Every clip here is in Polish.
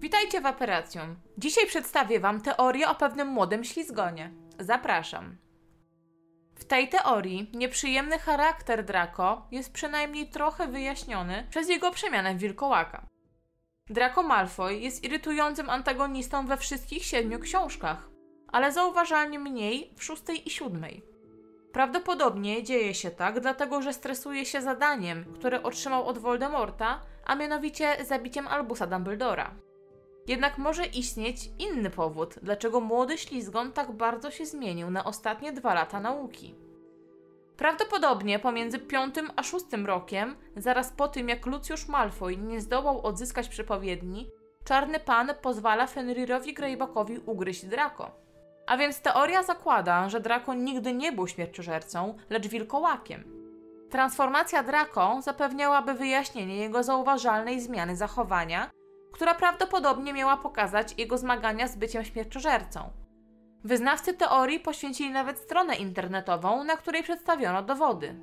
Witajcie w Aperacjum. Dzisiaj przedstawię Wam teorię o pewnym młodym ślizgonie. Zapraszam. W tej teorii nieprzyjemny charakter Draco jest przynajmniej trochę wyjaśniony przez jego przemianę w wilkołaka. Draco Malfoy jest irytującym antagonistą we wszystkich 7 książkach, ale zauważalnie mniej w 6 i 7. Prawdopodobnie dzieje się tak, dlatego że stresuje się zadaniem, które otrzymał od Voldemorta, a mianowicie zabiciem Albusa Dumbledora. Jednak może istnieć inny powód, dlaczego młody ślizgon tak bardzo się zmienił na ostatnie 2 lata nauki. Prawdopodobnie pomiędzy 5. a 6. rokiem, zaraz po tym jak Lucius Malfoy nie zdołał odzyskać przepowiedni, Czarny Pan pozwala Fenrirowi Greybackowi ugryźć Draco. A więc teoria zakłada, że Draco nigdy nie był śmierciożercą, lecz wilkołakiem. Transformacja Draco zapewniałaby wyjaśnienie jego zauważalnej zmiany zachowania, która prawdopodobnie miała pokazać jego zmagania z byciem śmierciożercą. Wyznawcy teorii poświęcili nawet stronę internetową, na której przedstawiono dowody.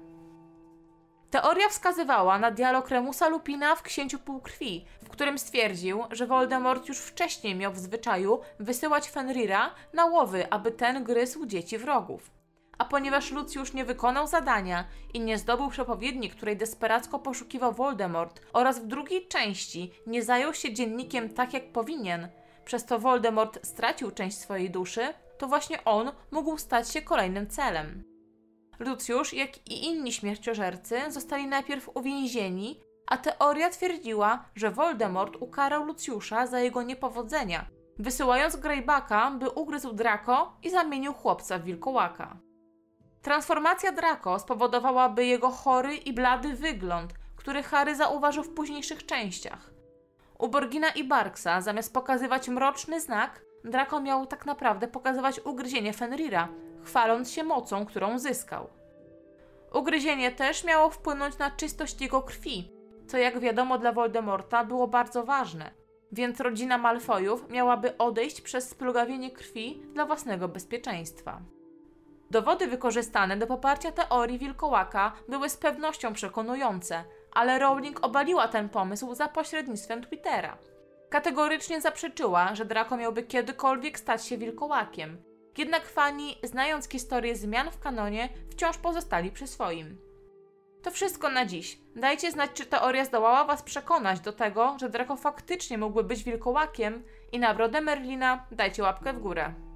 Teoria wskazywała na dialog Remusa Lupina w Księciu Półkrwi, w którym stwierdził, że Voldemort już wcześniej miał w zwyczaju wysyłać Fenrira na łowy, aby ten gryzł dzieci wrogów. A ponieważ Lucius nie wykonał zadania i nie zdobył przepowiedni, której desperacko poszukiwał Voldemort, oraz w drugiej części nie zajął się dziennikiem tak jak powinien, przez to Voldemort stracił część swojej duszy, to właśnie on mógł stać się kolejnym celem. Lucius, jak i inni śmierciożercy, zostali najpierw uwięzieni, a teoria twierdziła, że Voldemort ukarał Luciusza za jego niepowodzenia, wysyłając Greybacka, by ugryzł Draco i zamienił chłopca w wilkołaka. Transformacja Draco spowodowałaby jego chory i blady wygląd, który Harry zauważył w późniejszych częściach. U Borgina i Barksa, zamiast pokazywać mroczny znak, Draco miał tak naprawdę pokazywać ugryzienie Fenrira, chwaląc się mocą, którą zyskał. Ugryzienie też miało wpłynąć na czystość jego krwi, co jak wiadomo dla Voldemorta było bardzo ważne, więc rodzina Malfoyów miałaby odejść przez splugawienie krwi dla własnego bezpieczeństwa. Dowody wykorzystane do poparcia teorii wilkołaka były z pewnością przekonujące, ale Rowling obaliła ten pomysł za pośrednictwem Twittera. Kategorycznie zaprzeczyła, że Draco miałby kiedykolwiek stać się wilkołakiem, jednak fani, znając historię zmian w kanonie, wciąż pozostali przy swoim. To wszystko na dziś. Dajcie znać, czy teoria zdołała Was przekonać do tego, że Draco faktycznie mógłby być wilkołakiem i na brodę Merlina dajcie łapkę w górę.